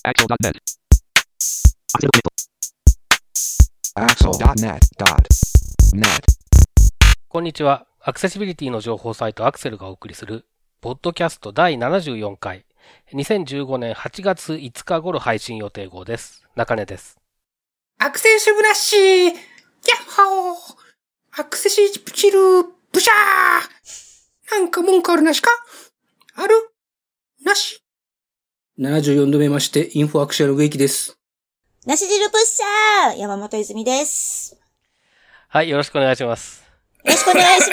Axel.net. Axel.net.net. こんにちは。アクセシビリティの情報サイトアクセルがお送りする、ポッドキャスト第74回、2015年8月5日頃配信予定号です。中根です。 アクセシブラッシーヤッホーアクセシビルブシャーなんか文句あるなしかあるなし ?74 度目まして、インフォアクションウェイキです。 なし汁プッシャー山本泉です。 はい、よろしくお願いします。 よろしくお願いします。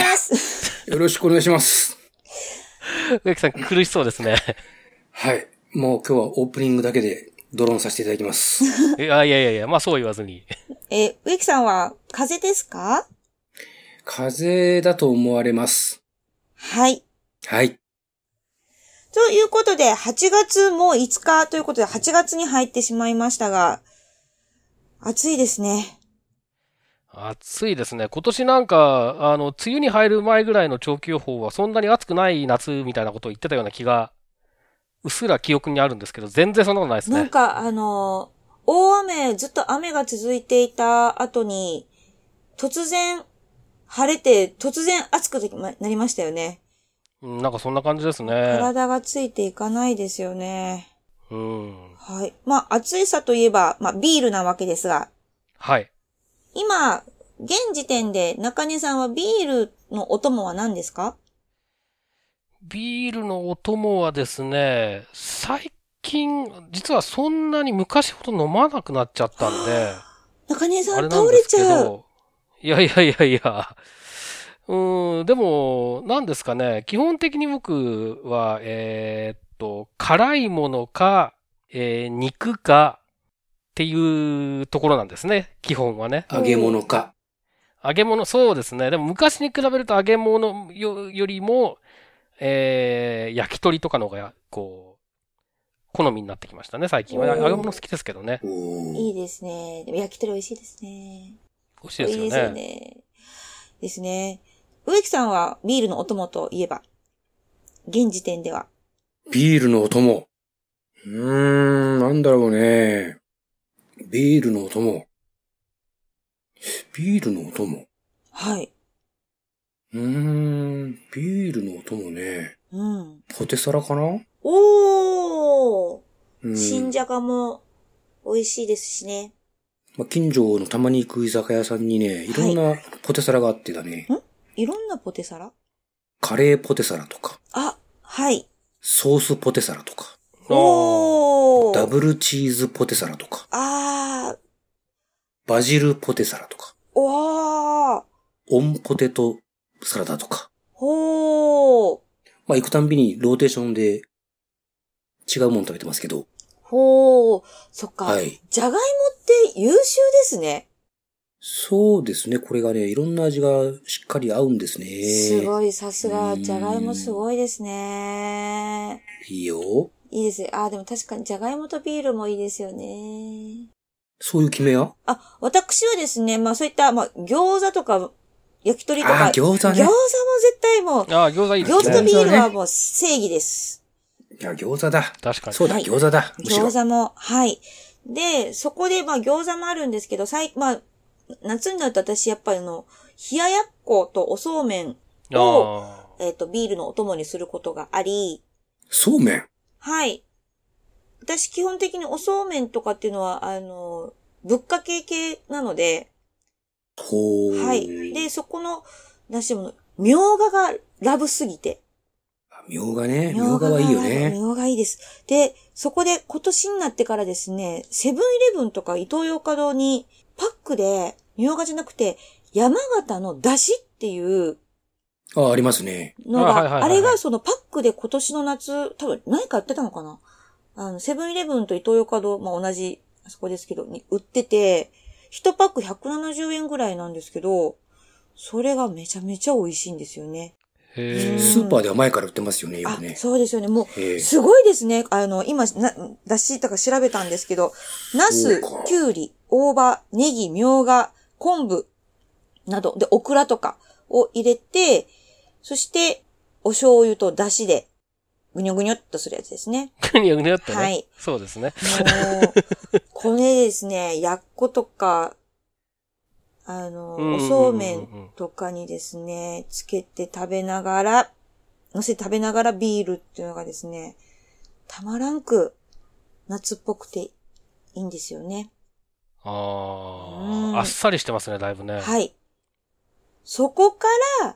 よろしくお願いします。 植木さん苦しそうですね。 はい。もう今日はオープニングだけでドローンさせていただきます。 いや、まあそう言わずに。 植木さんは風邪ですか？ 風邪だと思われます。 はい。 はい。 ということで、8月も5日ということで、8月に入ってしまいましたが、暑いですね。 暑いですね。今年なんか、梅雨に入る前ぐらいの長期予報はそんなに暑くない夏みたいなことを言ってたような気が、うっすら記憶にあるんですけど、全然そんなことないですね。 なんか、大雨、ずっと雨が続いていた後に、突然晴れて、突然暑くなりましたよね。 なんかそんな感じですね。 体がついていかないですよね。 はい。 まあ、暑いさといえば、まあ、ビールなわけですが。 はい。 今、現時点で中根さんはビールのお供は何ですか？ ビールのお供はですね、最近、実はそんなに昔ほど飲まなくなっちゃったんで。 中根さん倒れちゃう。 いや。でも、何ですかね。基本的に僕は、辛いものか、肉かっていうところなんですね。基本はね。 揚げ物か。 揚げ物、そうですね。でも昔に比べると揚げ物よりも、焼き鳥とかの方が、好みになってきましたね、最近は。揚げ物好きですけどね。 いいですね。でも焼き鳥美味しいですね。 美味しいですよね。 いいですよね。ですね。植木さんはビールのお供といえば、現時点では。 ビールのお供。なんだろうね。ビールのお供。ビールのお供。 はい。 ビールのお供ね。ポテサラかな？ おー、新じゃがも美味しいですしね。 近所のたまに行く居酒屋さんにね、いろんなポテサラがあってだね。 いろんなポテサラ？ カレーポテサラとか。 はい。 ソースポテサラとか。 おー。 ダブルチーズポテサラとか。バジルポテサラとか。 おー。 オンポテトサラダとか。 ほー。 行くたんびにローテーションで違うもの食べてますけど。 ほー。そっか。 はい。 じゃがいもって優秀ですね。 そうですね。これがね、いろんな味がしっかり合うんですね。 すごい、さすが、じゃがいもすごいですね。 いいよ。 いいですね。でも確かにじゃがいもとビールもいいですよね。 そういう決めは？ 私はですね、そういった、餃子とか、焼き鳥とか。 餃子ね。 餃子も絶対もう。 餃子いいですね。 餃子とビールはもう正義です。 いや、餃子だ。 確かに。 そうだ、餃子だ。 餃子も、はい。で、そこで餃子もあるんですけど、夏になると私やっぱり冷ややっことおそうめんを、ビールのお供にすることがあり。 そうめん？ はい。私基本的におそうめんとかっていうのは、ぶっかけ系なので。はい。で、そこの、みょうががラブすぎて。 みょうがね。みょうがはいいよね。 みょうがいいです。で、そこで今年になってからですね、セブンイレブンとかイトーヨーカドーにパックで、みょうがじゃなくて、山形のだしっていう、 ありますね。 のが、あれがそのパックで今年の夏、多分何か売ってたのかな？セブンイレブンとイトーヨーカドー、同じ、あそこですけど、に売ってて、1パック170円ぐらいなんですけど、それがめちゃめちゃ美味しいんですよね。 スーパーでは前から売ってますよね、よくね。 そうですよね。もう、すごいですね。今、だしとか調べたんですけど、ナス、キュウリ、大葉、ネギ、みょうが、昆布、など、で、オクラとかを入れて、そして、お醤油とだしでぐにょぐにょっとするやつですね。 ぐにょぐにょっとね。 はい。 そうですね。 もう、これですね、やっことか、おそうめんとかにですね、つけて食べながら、乗せて食べながらビールっていうのがですね、たまらんく夏っぽくていいんですよね。 あっさりしてますね、だいぶね。 はい。そこから、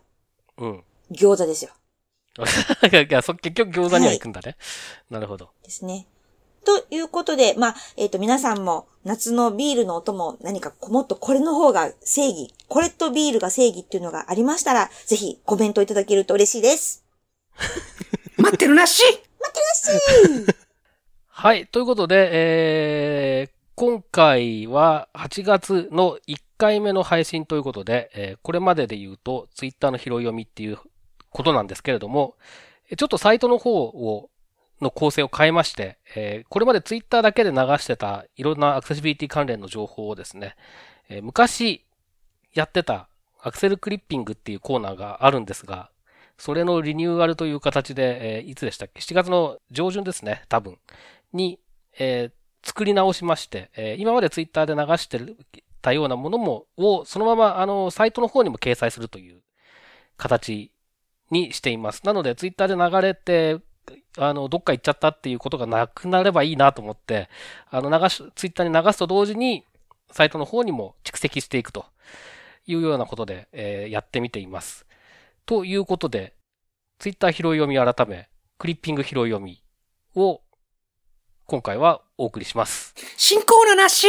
餃子ですよ。 いや、結局餃子には行くんだね。はい、なるほど。 ですね。ということで、まあ、皆さんも夏のビールのお供何かもっとこれの方が正義、これとビールが正義っていうのがありましたら、ぜひコメントいただけると嬉しいです。 待ってるなしはい。ということで、今回は8月の1回目の配信ということで、これまでで言うとツイッターの拾い読みっていうことなんですけれども、ちょっとサイトの方の構成を変えまして、これまでツイッターだけで流してたいろんなアクセシビリティ関連の情報をですね、昔やってたアクセルクリッピングっていうコーナーがあるんですが、それのリニューアルという形で、いつでしたっけ ?7 月の上旬ですね、多分。に、作り直しまして、今までツイッターで流してたようなものをそのままサイトの方にも掲載するという形にしています。なのでツイッターで流れて、どっか行っちゃったっていうことがなくなればいいなと思って、ツイッターに流すと同時にサイトの方にも蓄積していくというようなことで、やってみています。ということで、ツイッター拾い読み改め、クリッピング拾い読みを今回はお送りします。 新コーナーなし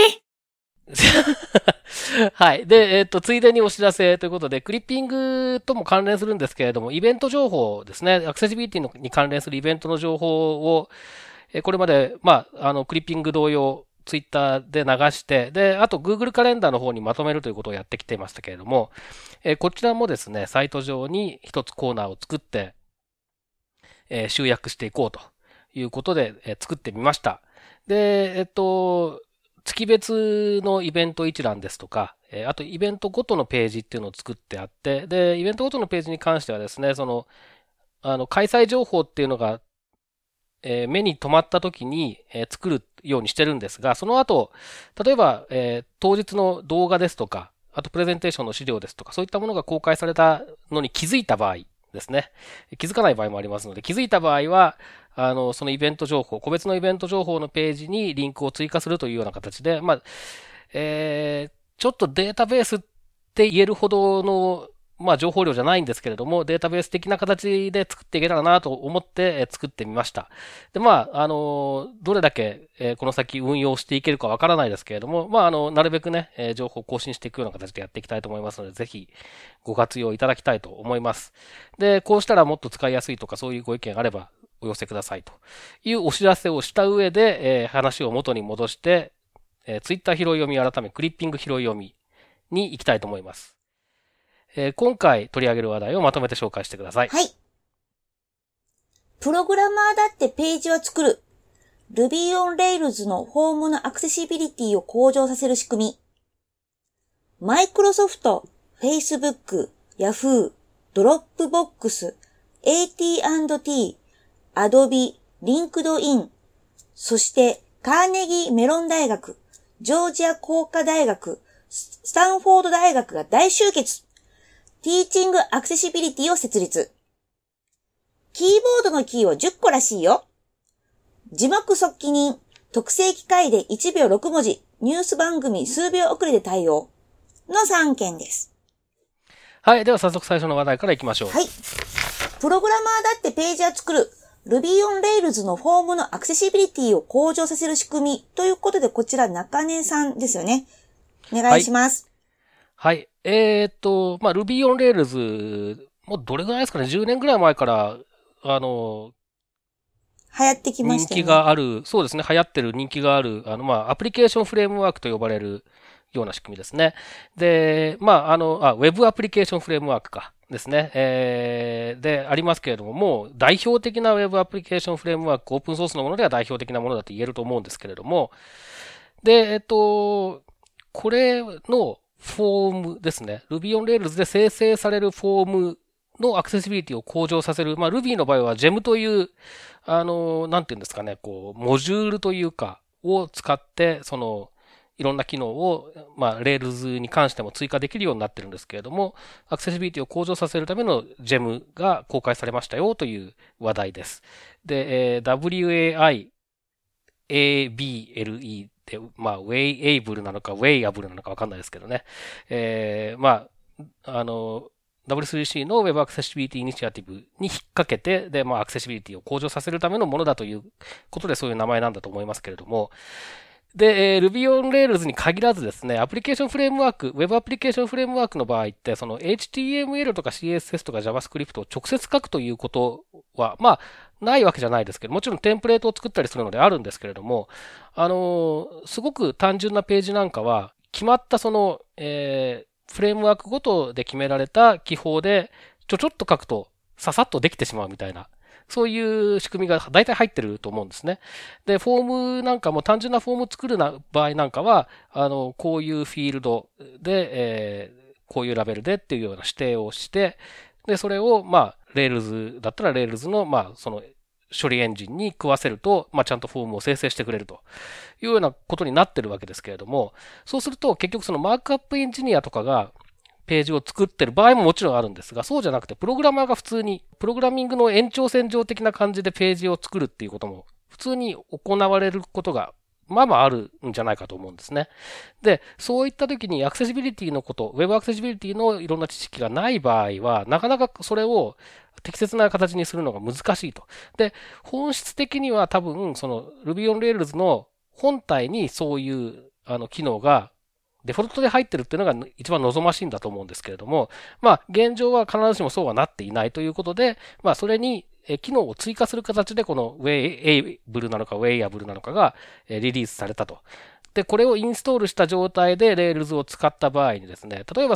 はい。で、ついでにお知らせということで、クリッピングとも関連するんですけれども、イベント情報ですね、アクセシビリティに関連するイベントの情報を、これまで、クリッピング同様、ツイッターで流して、で、あと Google カレンダーの方にまとめるということをやってきていましたけれども、こちらもですね、サイト上に一つコーナーを作って、集約していこうということで、作ってみました。で、月別のイベント一覧ですとか、あとイベントごとのページっていうのを作ってあって、で、イベントごとのページに関してはですね、開催情報っていうのが、目に留まった時に、作るようにしてるんですが、その後、例えば、当日の動画ですとか、あとプレゼンテーションの資料ですとか、そういったものが公開されたのに気づいた場合ですね。気づかない場合もありますので、気づいた場合は、そのイベント情報、個別のイベント情報のページにリンクを追加するというような形で、ちょっとデータベースって言えるほどの、情報量じゃないんですけれども、データベース的な形で作っていけたらなと思って作ってみました。で、どれだけこの先運用していけるかわからないですけれども、なるべくね、情報を更新していくような形でやっていきたいと思いますので、ぜひご活用いただきたいと思います。で、こうしたらもっと使いやすいとかそういうご意見あればお寄せくださいというお知らせをした上で、話を元に戻して、ツイッター拾い読み改めクリッピング拾い読みに行きたいと思います。今回取り上げる話題をまとめて紹介してください。 はい。プログラマーだってページは作る。Ruby on Rails のフォームのアクセシビリティを向上させる仕組み。マイクロソフト、Facebook、Yahoo、Dropbox、AT&T、Adobe、LinkedIn、そしてカーネギーメロン大学、ジョージア工科大学、スタンフォード大学が大集結。ティーチングアクセシビリティを設立。キーボードのキーは10個らしいよ。字幕速記人、特性機械で1秒6文字、ニュース番組数秒遅れで対応の3件です。 はい。では早速最初の話題からいきましょう。 はい。プログラマーだってページは作る。Ruby on Rails のフォームのアクセシビリティを向上させる仕組みということで、こちら中根さんですよね。お願いします。 はい。Ruby on Rails、もうどれぐらいですかね、10年ぐらい前から、 流行ってきましたね。 人気がある、そうですね、流行ってる人気がある、アプリケーションフレームワークと呼ばれるような仕組みですね。で、ウェブアプリケーションフレームワークか。ですね。で、ありますけれども、もう代表的なウェブアプリケーションフレームワーク、オープンソースのものでは代表的なものだと言えると思うんですけれども、で、これのフォームですね。Ruby on Rails で生成されるフォームのアクセシビリティを向上させる、まあ Ruby の場合は Gem という、なんていうんですかね、こう、モジュールというか、を使って、いろんな機能を、まあ、Rails に関しても追加できるようになってるんですけれども、アクセシビリティを向上させるための Gem が公開されましたよという話題です。で、WAI ABLE って、まあ、Wayable なのか Wayable なのかわかんないですけどね。まあ、W3C の Web Accessibility Initiative に引っ掛けて、で、まあ、アクセシビリティを向上させるためのものだということでそういう名前なんだと思いますけれども、で、Ruby on Rails に限らずですね、アプリケーションフレームワーク、Web アプリケーションフレームワークの場合って、その HTML とか CSS とか JavaScript を直接書くということは、まあ、ないわけじゃないですけど、もちろんテンプレートを作ったりするのであるんですけれども、すごく単純なページなんかは、決まったフレームワークごとで決められた記法で、ちょっと書くと、ささっとできてしまうみたいな、そういう仕組みが大体入ってると思うんですね。で、フォームなんかも単純なフォーム作る場合なんかは、こういうフィールドで、こういうラベルでっていうような指定をして、で、それを、まあ、Rails だったら Rails の、まあ、処理エンジンに食わせると、まあ、ちゃんとフォームを生成してくれるというようなことになってるわけですけれども、そうすると結局そのマークアップエンジニアとかがページを作ってる場合ももちろんあるんですが、そうじゃなくてプログラマーが普通にプログラミングの延長線上的な感じでページを作るっていうことも普通に行われることがまあまああるんじゃないかと思うんですね。で、そういった時にアクセシビリティのこと、ウェブアクセシビリティのいろんな知識がない場合は、なかなかそれを適切な形にするのが難しいと。で、本質的には多分、Ruby on Rails の本体にそういう、機能がデフォルトで入ってるっていうのが一番望ましいんだと思うんですけれども、まあ、現状は必ずしもそうはなっていないということで、まあ、それに機能を追加する形でこの Wayable なのか Wayable なのかがリリースされたと。で、これをインストールした状態で Rails を使った場合にですね、例えば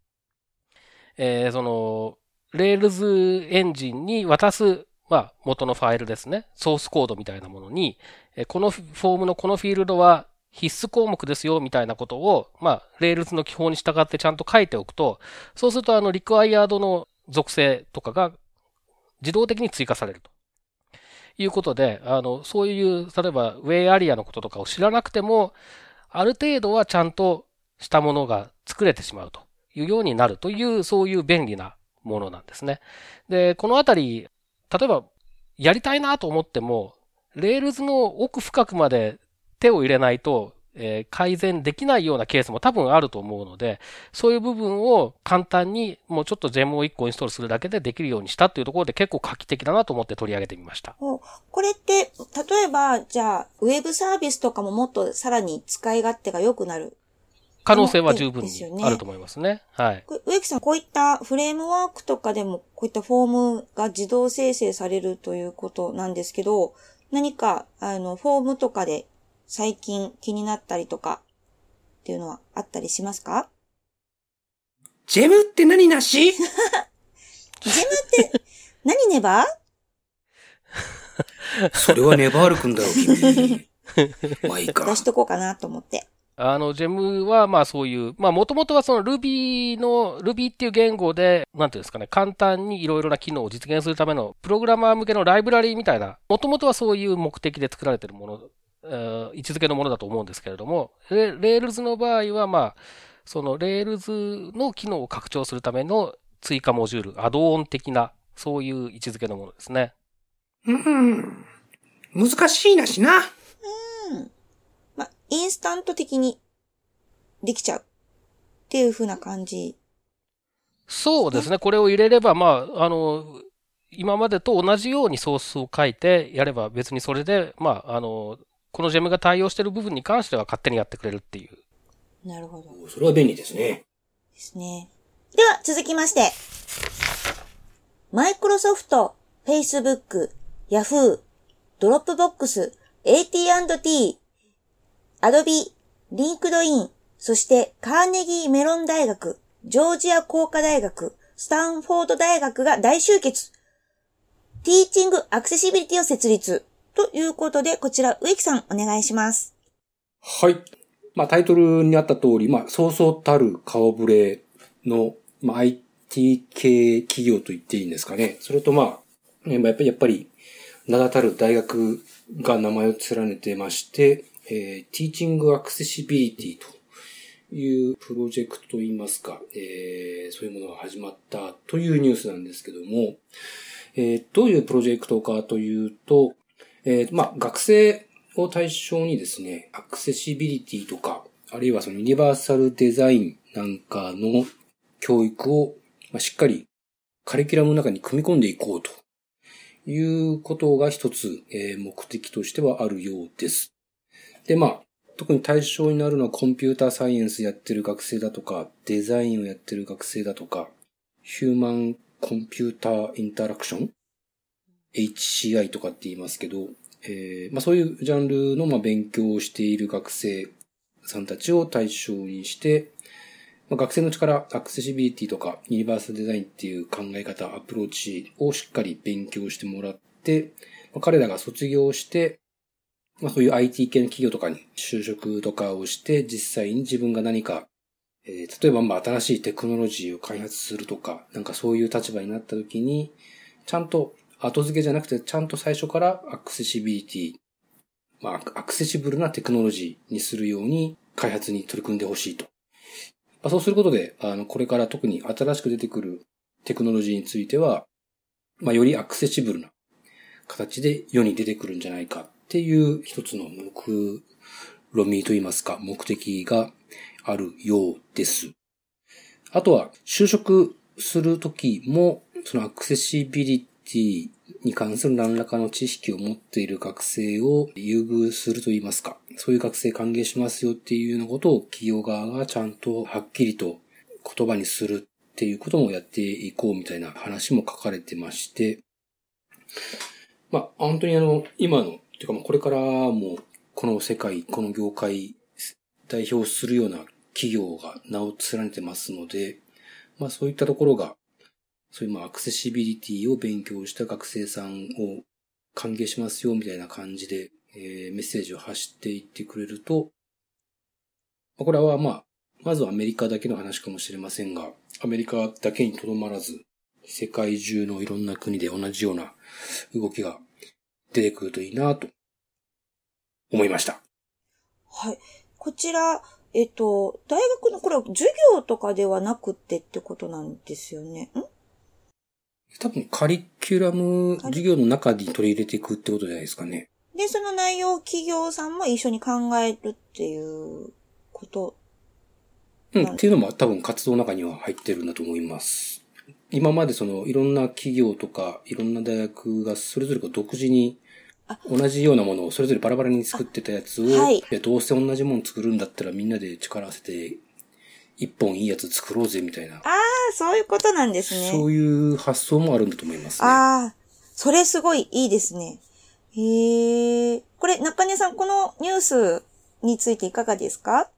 Rails エンジンに渡す、まあ、元のファイルですね。ソースコードみたいなものに、このフォームのこのフィールドは必須項目ですよ、みたいなことを、まあ、Rails の基本に従ってちゃんと書いておくと、そうするとrequired の属性とかが自動的に追加されると。いうことで、そういう、例えば、ウェイアリアのこととかを知らなくても、ある程度はちゃんとしたものが作れてしまうというようになるという、そういう便利なものなんですね。で、このあたり、例えば、やりたいなと思っても、Rails の奥深くまで手を入れないと、改善できないようなケースも多分あると思うので、そういう部分を簡単にもうちょっと Gem を1個インストールするだけでできるようにしたというところで結構画期的だなと思って取り上げてみました。 これって、例えば、じゃあ、ウェブサービスとかももっとさらに使い勝手が良くなる可能性は十分にあると思いますね。はい。 植木さん、こういったフレームワークとかでも、こういったフォームが自動生成されるということなんですけど、何か、フォームとかで最近気になったりとかっていうのはあったりしますか？ ジェムって何なし？ ジェムって何ネバーそれはネバールくんだよ、君。まあいいか。 出しとこうかなと思って。 Gem は、まあそういう、まあもともとはRuby っていう言語で、なんていうんですかね、簡単にいろいろな機能を実現するためのプログラマー向けのライブラリーみたいな、もともとはそういう目的で作られているもの、位置づけのものだと思うんですけれども、Rails の場合は、まあ、Rails の機能を拡張するための追加モジュール、アドオン的な、そういう位置づけのものですね。 難しいなしな。 まあ、インスタント的にできちゃうっていう風な感じ。 そうですね。これを入れれば、まあ、今までと同じようにソースを書いてやれば別にそれで、まあ、このジェムが対応している部分に関しては勝手にやってくれるっていう。 なるほど。 それは便利ですね。 ですね。では、続きまして。マイクロソフト、Facebook、Yahoo、ドロップボックス、AT&T、アドビ、リンクドイン、そしてカーネギーメロン大学、ジョージア工科大学、スタンフォード大学が大集結。ティーチングアクセシビリティを設立。ということで、こちら植木さんお願いします。 はい。まあタイトルにあった通り、まあそうそうたる顔ぶれの、まあ系企業と言っていいんですかね。それとやっぱり名だたる大学が名前を連ねてまして、Teaching Accessibility というプロジェクトといいますか、そういうものが始まったというニュースなんですけども、どういうプロジェクトかというと、学生を対象にですね、アクセシビリティとか、あるいはそのユニバーサルデザインなんかの教育をしっかりカリキュラムの中に組み込んでいこうということが一つ、目的としてはあるようです。で、特に対象になるのはコンピューターサイエンスやってる学生だとか、デザインをやってる学生だとか、ヒューマンコンピューターインタラクション HCI とかって言いますけど、そういうジャンルの勉強をしている学生さんたちを対象にして、学生のうちからアクセシビリティとかユニバーサルデザインっていう考え方、アプローチをしっかり勉強してもらって、彼らが卒業して、そういう IT 系の企業とかに就職とかをして、実際に自分が何か、例えば新しいテクノロジーを開発するとか、そういう立場になった時に、ちゃんと後付けじゃなくて、ちゃんと最初からアクセシビリティ、アクセシブルなテクノロジーにするように開発に取り組んでほしいと。そうすることで、これから特に新しく出てくるテクノロジーについては、よりアクセシブルな形で世に出てくるんじゃないかっていう一つの目論見といいますか、目的があるようです。あとは、就職するときも、そのアクセシビリティに関する何らかの知識を持っている学生を優遇するといいますか、そういう学生歓迎しますよっていうようなことを企業側がちゃんとはっきりと言葉にするっていうこともやっていこうみたいな話も書かれてまして、本当に今の、ていうかこれからもこの世界、この業界代表するような企業が名を連ねてますので、そういったところがそういうアクセシビリティを勉強した学生さんを歓迎しますよみたいな感じで、メッセージを発していってくれると、これはまずはアメリカだけの話かもしれませんが、アメリカだけにとどまらず、世界中のいろんな国で同じような動きが出てくるといいなと思いました。 はい。こちら、大学のこれは授業とかではなくてってことなんですよね。 多分カリキュラム授業の中に取り入れていくってことじゃないですかね。 で、その内容を企業さんも一緒に考えるっていうことっていうのも多分活動の中には入ってるんだと思います。今までいろんな企業とかいろんな大学がそれぞれが独自に同じようなものをそれぞれバラバラに作ってたやつを、どうせ同じもの作るんだったらみんなで力を合わせて一本いいやつ作ろうぜみたいな。 そういうことなんですね。 そういう発想もあるんだと思いますね。 それすごいいいですね。これ中根さん、このニュースについていかがですか？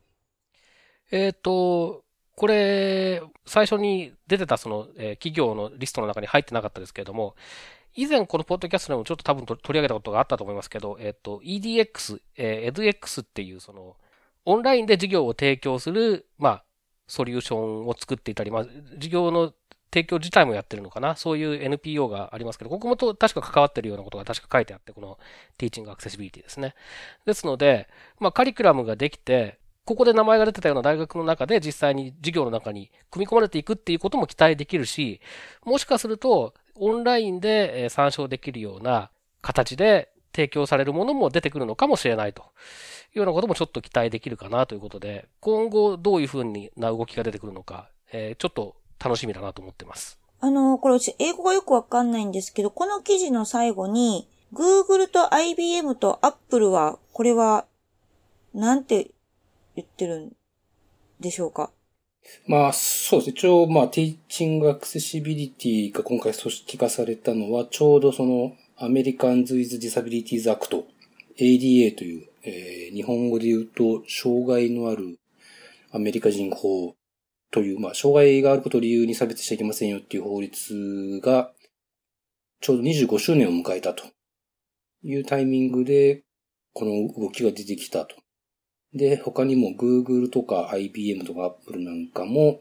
これ、最初に出てた企業のリストの中に入ってなかったですけれども、以前このポッドキャストでもちょっと多分取り上げたことがあったと思いますけど、EDX、EdX っていうオンラインで授業を提供する、ソリューションを作っていたり、授業の提供自体もやってるのかな。そういう NPO がありますけど、ここも確か関わってるようなことが確か書いてあって、この Teaching Accessibility ですね。ですので、カリキュラムができて、ここで名前が出てたような大学の中で実際に授業の中に組み込まれていくっていうことも期待できるし、もしかするとオンラインで参照できるような形で提供されるものも出てくるのかもしれないというようなこともちょっと期待できるかなということで、今後どういうふうな動きが出てくるのか、ちょっと楽しみだなと思ってます。 これ英語がよくわかんないんですけど、この記事の最後に Google と IBM と Apple は、これはなんて言ってるんでしょうか？ そうですね。一応、Teaching Accessibility が今回組織化されたのは、ちょうどAmericans with Disabilities Act、ADA という、日本語で言うと、障害のあるアメリカ人法という、障害があることを理由に差別しちゃいけませんよっていう法律が、ちょうど25周年を迎えたというタイミングで、この動きが出てきたと。で、他にも Google とか IBM とか Apple なんかも、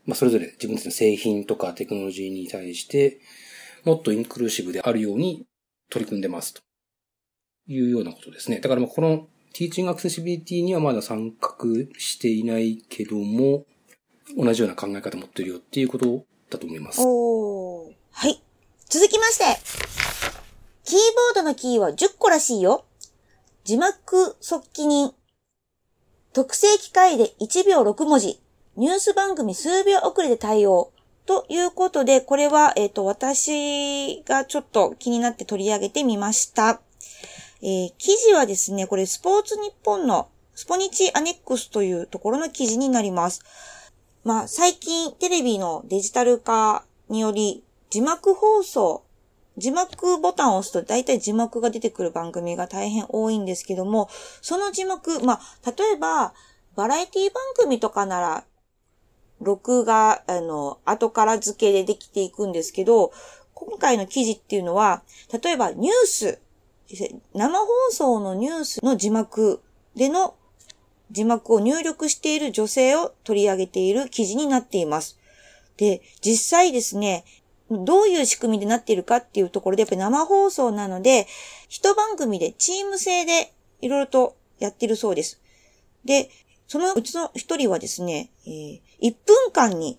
それぞれ自分たちの製品とかテクノロジーに対して、もっとインクルーシブであるように取り組んでますというようなことですね。だからこのティーチングアクセシビリティにはまだ参画していないけども、同じような考え方を持ってるよっていうことだと思います。 おー。はい。続きまして。キーボードのキーは10個らしいよ。字幕速記人。特性機械で1秒6文字。ニュース番組数秒遅れで対応。ということで、これは、私がちょっと気になって取り上げてみました。記事はですね、これスポーツ日本のスポニチアネックスというところの記事になります。最近テレビのデジタル化により字幕放送、字幕ボタンを押すと大体字幕が出てくる番組が大変多いんですけども、その字幕、例えばバラエティ番組とかなら録画、後から付けでできていくんですけど、今回の記事っていうのは、例えばニュース、生放送のニュースの字幕での字幕を入力している女性を取り上げている記事になっています。で、実際ですね、どういう仕組みでなっているかっていうところで、やっぱり生放送なので、一番組でチーム制でいろいろとやってるそうです。で、そのうちの一人はですね、1分間に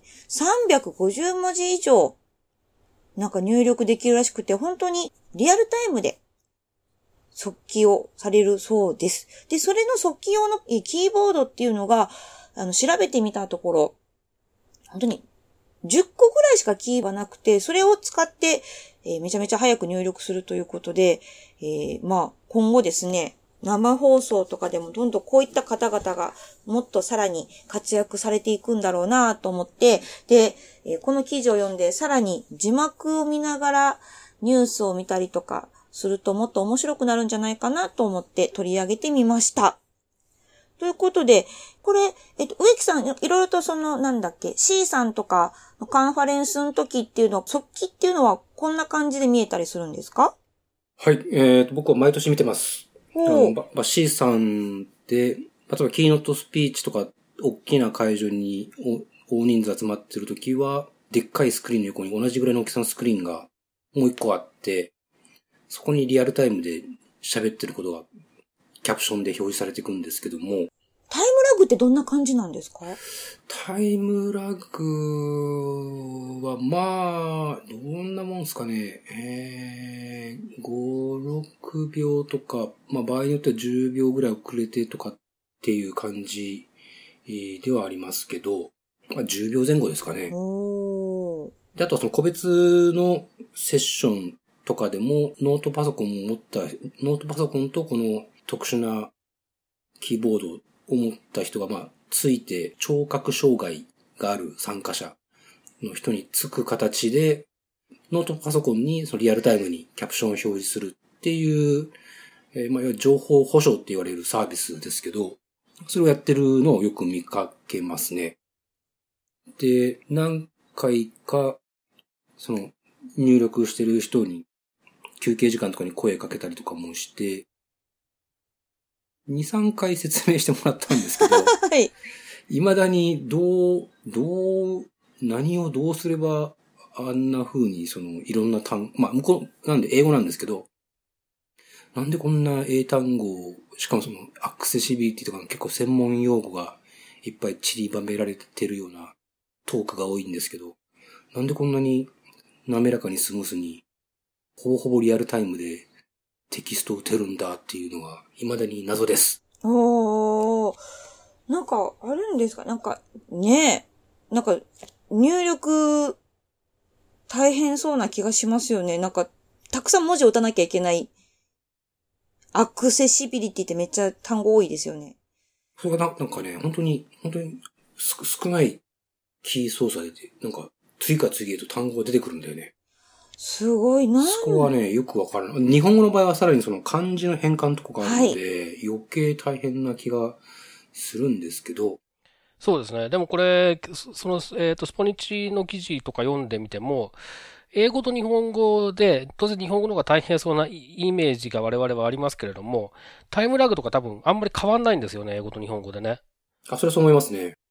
350文字以上入力できるらしくて、本当にリアルタイムで速記をされるそうです。で、それの速記用のキーボードっていうのが、調べてみたところ、本当に10個ぐらいしかキーがなくて、それを使って、めちゃめちゃ早く入力するということで、今後ですね、生放送とかでもどんどんこういった方々がもっとさらに活躍されていくんだろうなと思って、で、この記事を読んでさらに字幕を見ながらニュースを見たりとかするともっと面白くなるんじゃないかなと思って取り上げてみました。ということで、これ、植木さん、いろいろとC さんとかのカンファレンスの時っていうの、速記っていうのはこんな感じで見えたりするんですか？ はい、僕は毎年見てます。C さんで、例えばキーノットスピーチとか、大きな会場に大人数集まってる時は、でっかいスクリーンの横に同じぐらいの大きさのスクリーンがもう一個あって、そこにリアルタイムで喋ってることがキャプションで表示されていくんですけども。 タイムラグってどんな感じなんですか？ タイムラグはどんなもんですかね。5、6秒とか、場合によっては10秒ぐらい遅れてとかっていう感じではありますけど、10秒前後ですかね。で、あとはその個別のセッションとかでもノートパソコンとこの特殊なキーボードを持った人がついて聴覚障害がある参加者の人につく形でノートパソコンにそのリアルタイムにキャプションを表示するっていう、いわゆる情報保障って言われるサービスですけど、それをやってるのをよく見かけますね。で、何回かその入力してる人に休憩時間とかに声かけたりとかもして、2、3回説明してもらったんですけど、はい。未だに何をどうすればあんな風にいろんな単語、向こうなんで英語なんですけど、なんでこんな英単語を、しかもアクセシビリティとかの結構専門用語がいっぱい散りばめられてるようなトークが多いんですけど、なんでこんなに滑らかにスムースにほぼほぼリアルタイムでテキストを打てるんだっていうのが未だに謎です。 あるんですか？入力大変そうな気がしますよね。たくさん文字を打たなきゃいけない。アクセシビリティってめっちゃ単語多いですよね。 それが本当に少ないキー操作で、次から次へと単語が出てくるんだよね。 すごいな。 そこはね、よくわからない。日本語の場合はさらに漢字の変換とかがあるので、余計大変な気がするんですけど。 そうですね。でもこれ、スポニチの記事とか読んでみても、英語と日本語で、当然日本語の方が大変そうなイメージが我々はありますけれども、タイムラグとか多分あんまり変わんないんですよね、英語と日本語でね。 それはそう思いますね。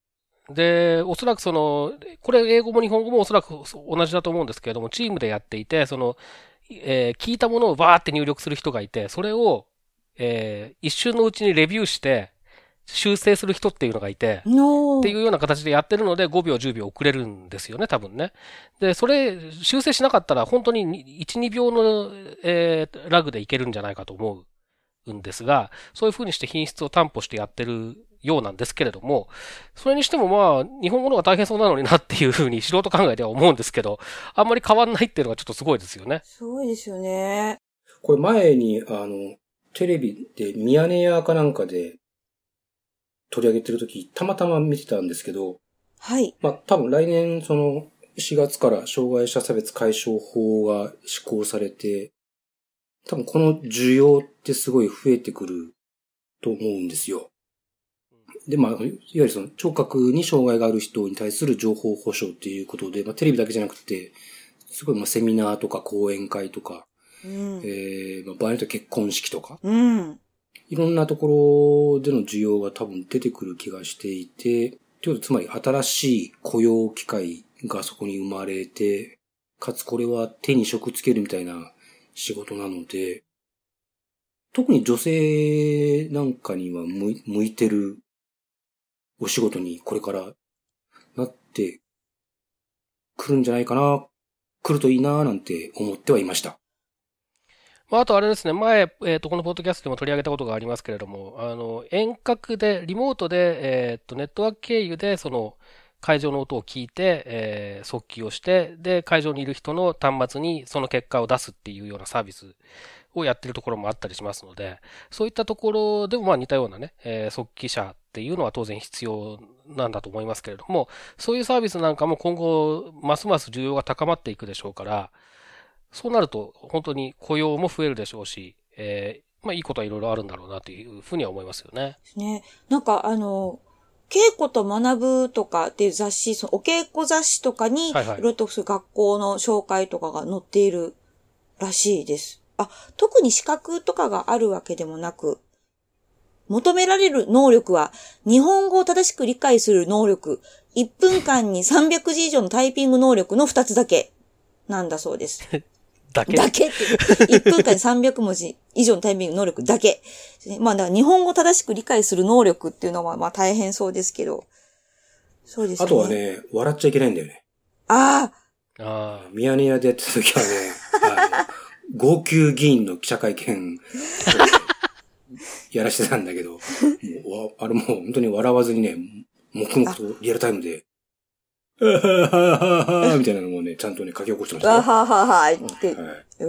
で、おそらくこれ英語も日本語もおそらく同じだと思うんですけれども、チームでやっていて、聞いたものをバーって入力する人がいて、それを、一瞬のうちにレビューして、修正する人っていうのがいて、っていうような形でやってるので5秒10秒遅れるんですよね、多分ね。で、それ修正しなかったら本当に1、2秒の、ラグでいけるんじゃないかと思うんですが、そういう風にして品質を担保してやってるようなんですけれども、それにしてもまあ、日本語の方が大変そうなのになっていう風に素人考えでは思うんですけど、あんまり変わんないっていうのがちょっとすごいですよね。 すごいですよね。 これ前に、テレビでミヤネ屋かなんかで取り上げてるとき、たまたま見てたんですけど、 はい。 まあ、多分来年4月から障害者差別解消法が施行されて、多分この需要ってすごい増えてくると思うんですよ。で、まあ、いわゆる聴覚に障害がある人に対する情報保障っていうことで、まあ、テレビだけじゃなくて、すごいまあセミナーとか講演会とか、まあ、場合によっては結婚式とか、いろんなところでの需要が多分出てくる気がしていて、ということでつまり新しい雇用機会がそこに生まれて、かつこれは手に職つけるみたいな仕事なので、特に女性なんかには向いてるお仕事にこれからなってくるんじゃないかな、来るといいななんて思ってはいました。 まあ、あとあれですね、前、このポッドキャストでも取り上げたことがありますけれども、遠隔で、リモートで、ネットワーク経由で、会場の音を聞いて、速記をして、で、会場にいる人の端末にその結果を出すっていうようなサービスをやってるところもあったりしますので、そういったところでもまあ似たようなね、速記者っていうのは当然必要なんだと思いますけれども、そういうサービスなんかも今後、ますます需要が高まっていくでしょうから、そうなると本当に雇用も増えるでしょうし、まあいいことはいろいろあるんだろうなというふうには思いますよね。 ね。なんか稽古と学ぶとかっていう雑誌、お稽古雑誌とかに、いろいろと学校の紹介とかが載っているらしいです。特に資格とかがあるわけでもなく、求められる能力は、日本語を正しく理解する能力、1分間に300字以上のタイピング能力の2つだけなんだそうです。だけって1分間に300文字以上のタイピング能力だけ。まあだから日本語を正しく理解する能力っていうのはまあ大変そうですけど。そうですね。 あとはね、笑っちゃいけないんだよね。ミヤネ屋でやってた時はね、号泣議員の記者会見やらしてたんだけど、あれもう本当に笑わずにね、黙々とリアルタイムで、みたいなのもね、ちゃんとね、書き起こしてましたよ。って。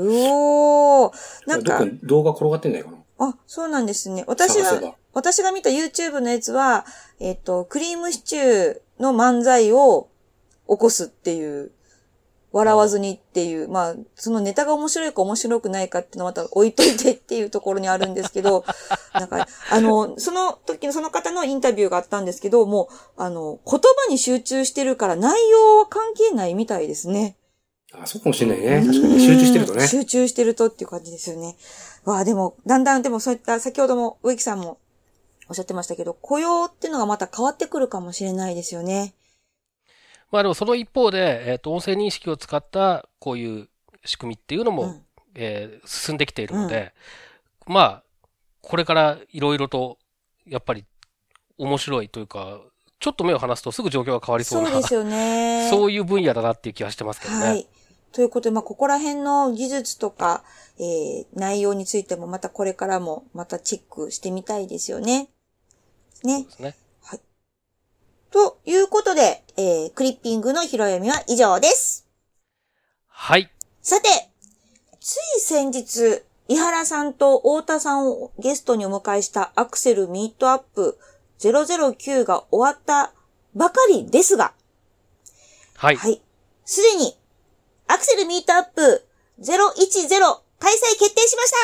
なんか。どっか動画転がってんじゃないかな。 そうなんですね。私が見た YouTube のやつは、クリームシチューの漫才を起こすっていう、笑わずにっていう、まあ、そのネタが面白いか面白くないかっていうのはまた置いといてっていうところにあるんですけど、なんか、その時のその方のインタビューがあったんですけど、もう、言葉に集中してるから内容は関係ないみたいですね。 そうかもしれないね。確かに集中してるとね。 集中してるとっていう感じですよね。でも、だんだんでもそういった、先ほども植木さんもおっしゃってましたけど、雇用っていうのがまた変わってくるかもしれないですよね。 まあでもその一方で、音声認識を使ったこういう仕組みっていうのも、進んできているので、まあ、これからいろいろと、やっぱり面白いというか、ちょっと目を離すとすぐ状況が変わりそうな。 そうですよね。 そういう分野だなっていう気はしてますけどね。はい。 ということで、まあ、ここら辺の技術とか、内容についてもまたこれからもまたチェックしてみたいですよね。 そうですね。 はい。ということで、クリッピングの拾い読みは以上です。 はい。 さて、つい先日、井原さんと太田さんをゲストにお迎えしたアクセルミートアップ009が終わったばかりですが、 はい。 はい。すでに、アクセルミートアップ010開催決定しました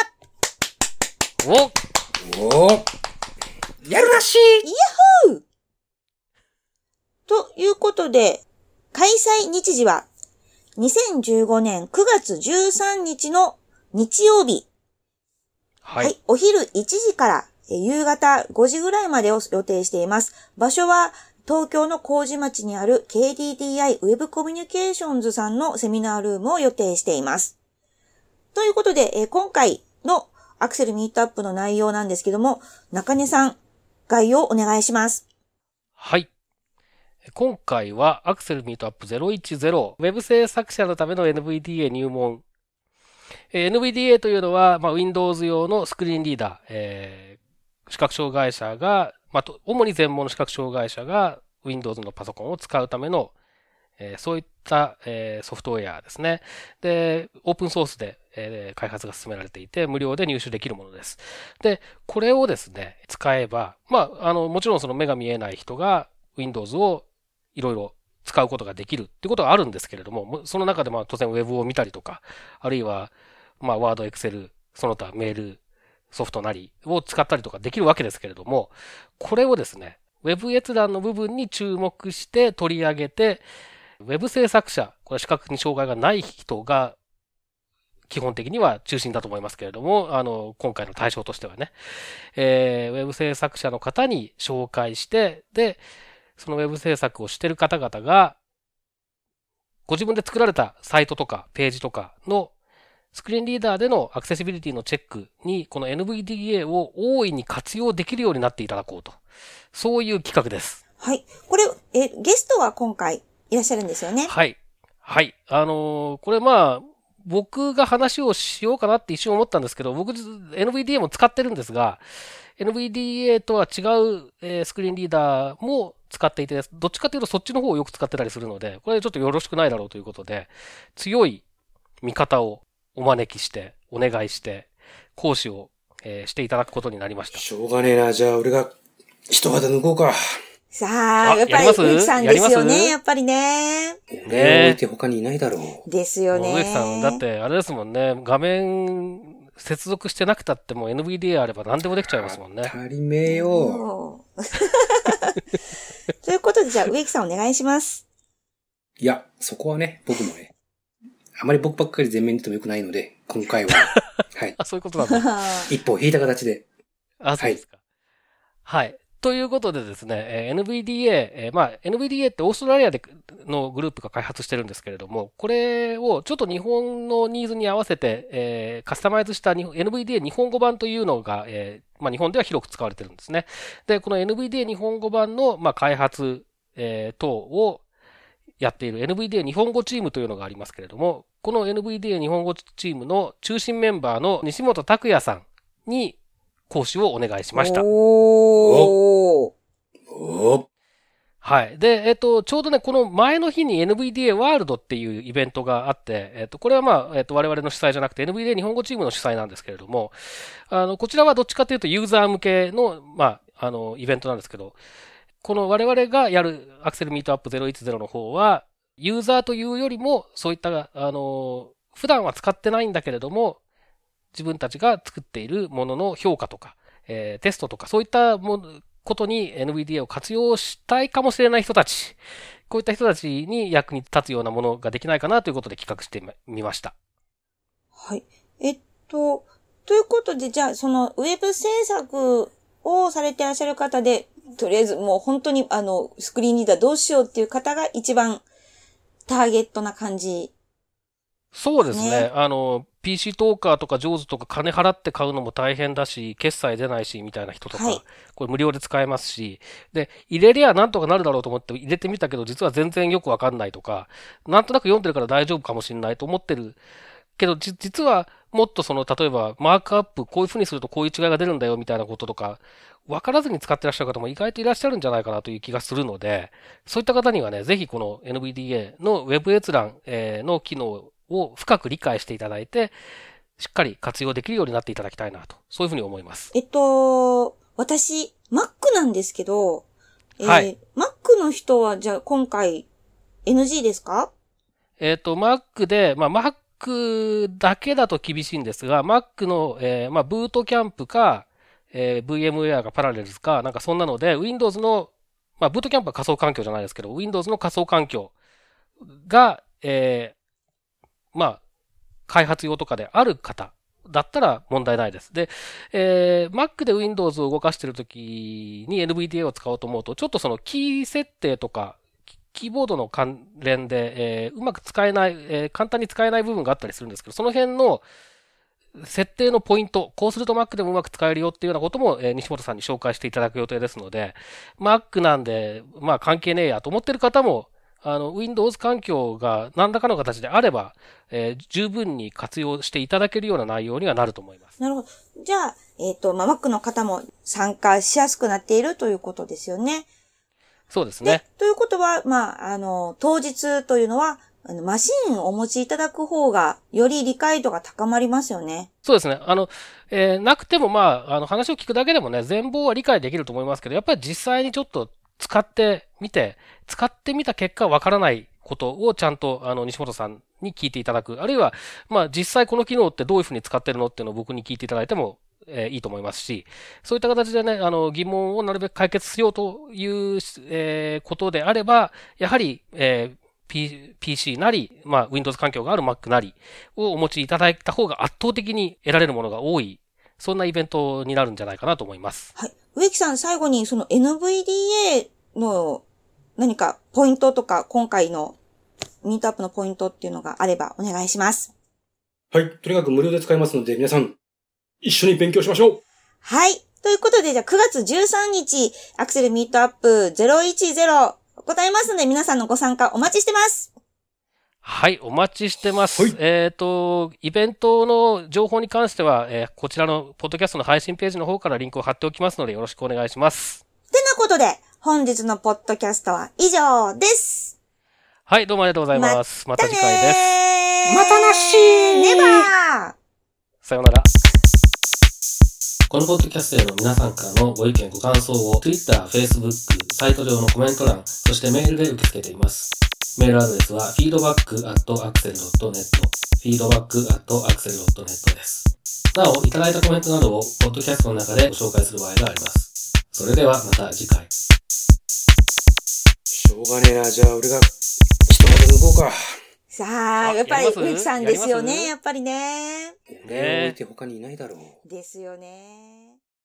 おやるらしいヤッホーということで、開催日時は2015年9月13日の日曜日。 はい。 お昼1時から夕方5時ぐらいまでを予定しています。場所は東京の麹町にある KDDI ウェブコミュニケーションズさんのセミナールームを予定しています。ということで、今回のアクセルミートアップの内容なんですけども、中根さん、概要をお願いします。 はい。今回はアクセルミートアップ010、ウェブ制作者のための NVDA 入門。NVDA というのは、Windows 用のスクリーンリーダー、視覚障害者が、主に全盲の視覚障害者が Windows のパソコンを使うための、そういった、ソフトウェアですね。で、オープンソースで、開発が進められていて、無料で入手できるものです。で、これをですね、使えば、もちろんその目が見えない人が Windows をいろいろ使うことができるっていうことはあるんですけれども、その中で当然ウェブを見たりとか、あるいは、ワード、エクセル、その他メール、ソフトなりを使ったりとかできるわけですけれども、これをですね、ウェブ閲覧の部分に注目して取り上げて、ウェブ制作者、これ視覚に障害がない人が基本的には中心だと思いますけれども、今回の対象としてはね、ウェブ制作者の方に紹介して、で、そのウェブ制作をしている方々が、ご自分で作られたサイトとかページとかのスクリーンリーダーでのアクセシビリティのチェックに、この NVDA を大いに活用できるようになっていただこうと。そういう企画です。 はい。これ、ゲストは今回いらっしゃるんですよね。 はい。はい。これ僕が話をしようかなって一瞬思ったんですけど、僕 NVDA も使ってるんですが、NVDA とは違う、スクリーンリーダーも使っていて、どっちかというとそっちの方をよく使ってたりするので、これちょっとよろしくないだろうということで、強い味方をお招きして、お願いして、講師を、していただくことになりました。 しょうがねえな。じゃあ俺が一肌脱ごうか。 さあ、やっぱり植木さんですよね。やっぱりね。 ねえ。他にいないだろう。 ですよね。 植木さん、だってあれですもんね。画面接続してなくたっても NVDA あれば何でもできちゃいますもんね。 足りめえよ。 ということで、じゃあ植木さんお願いします。 いや、そこはね、僕もね、あまり僕ばっかり前面に出てもよくないので、今回は、はい。 そういうことなんだ。 一歩引いた形で。 そうですか。はい。ということでですね、NVDA、NVDA ってオーストラリアのグループが開発してるんですけれども、これをちょっと日本のニーズに合わせて、カスタマイズした NVDA 日本語版というのが、日本では広く使われてるんですね。で、この NVDA 日本語版の、開発、等をやっている NVDA 日本語チームというのがありますけれども、この NVDA 日本語チームの中心メンバーの西本拓也さんに講師をお願いしました。はい。で、ちょうどね、この前の日に NVDA ワールドっていうイベントがあって、これは我々の主催じゃなくて NVDA 日本語チームの主催なんですけれども、こちらはどっちかというとユーザー向けの、イベントなんですけど、この我々がやるアクセルミートアップ010の方は、ユーザーというよりも、そういった、普段は使ってないんだけれども、自分たちが作っているものの評価とか、テストとか、そういったことに NVDA を活用したいかもしれない人たち、こういった人たちに役に立つようなものができないかなということで企画してみました。 はい。ということで、じゃあ、そのウェブ制作をされていらっしゃる方で、とりあえずもう本当にスクリーンリーダーどうしようっていう方が一番ターゲットな感じ。 そうですね。PC トーカーとかジョーズとか金払って買うのも大変だし、決済出ないし、みたいな人とか、これ無料で使えますし、で、入れりゃなんとかなるだろうと思って入れてみたけど、実は全然よくわかんないとか、なんとなく読んでるから大丈夫かもしれないと思ってるけど、実はもっと例えばマークアップ、こういう風にするとこういう違いが出るんだよ、みたいなこととか、わからずに使ってらっしゃる方も意外といらっしゃるんじゃないかなという気がするので、そういった方にはね、ぜひこの NVDA のウェブ閲覧の機能を深く理解していただいて、しっかり活用できるようになっていただきたいなと、そういうふうに思います。 私、Mac なんですけど、 はい。 Mac の人は、じゃあ今回 NG ですか Mac で、Mac だけだと厳しいんですが、Mac の、ブートキャンプか、VMware がパラレルズか、なんかそんなので、Windows の、ブートキャンプは仮想環境じゃないですけど、Windows の仮想環境が、開発用とかである方だったら問題ないです。で、Mac で Windows を動かしているときに NVDA を使おうと思うと、ちょっとそのキー設定とか、キーボードの関連で、うまく使えない、簡単に使えない部分があったりするんですけど、その辺の設定のポイント、こうすると Mac でもうまく使えるよっていうようなことも、西本さんに紹介していただく予定ですので、Mac なんで、まあ関係ねえやと思ってる方も、Windows 環境が何らかの形であれば、十分に活用していただけるような内容にはなると思います。 なるほど。じゃあ、Mac の方も参加しやすくなっているということですよね。 そうですね。 ということは、当日というのは、マシンをお持ちいただく方が、より理解度が高まりますよね。 そうですね。なくても話を聞くだけでもね、全貌は理解できると思いますけど、やっぱり実際にちょっと使ってみた結果わからないことをちゃんと、西本さんに聞いていただく。あるいは、実際この機能ってどういうふうに使ってるのっていうのを僕に聞いていただいても、いいと思いますし、そういった形でね、疑問をなるべく解決しようという、ことであれば、やはり、PC なり、Windows 環境がある Mac なりをお持ちいただいた方が圧倒的に得られるものが多い、そんなイベントになるんじゃないかなと思います。 はい。植木さん、最後にその NVDA の何かポイントとか、今回のミートアップのポイントっていうのがあればお願いします。 はい。とにかく無料で使えますので、皆さん、一緒に勉強しましょう。 はい。ということで、じゃあ9月13日、アクセルミートアップ010行いますので、皆さんのご参加お待ちしてます。 はい、お待ちしてます。 はいイベントの情報に関しては、こちらのポッドキャストの配信ページの方からリンクを貼っておきますので、よろしくお願いします。 てなことで、本日のポッドキャストは以上です。 はい、どうもありがとうございます。また次回です。 またなしーネバーさようなら。このポッドキャストへの皆さんからのご意見ご感想を Twitter、Facebook、サイト上のコメント欄、そしてメールで受け付けています。メールアドレスは feedback@axel.net feedback@axel.net です。なお、いただいたコメントなどをポッドキャストの中でご紹介する場合があります。それではまた次回。 しょうがねえな。じゃあ、俺が、一言抜こうか。 さあ、やっぱり植木さんですよね。 やりますやっぱりね。 俺を置いて他にいないだろう。 ですよね。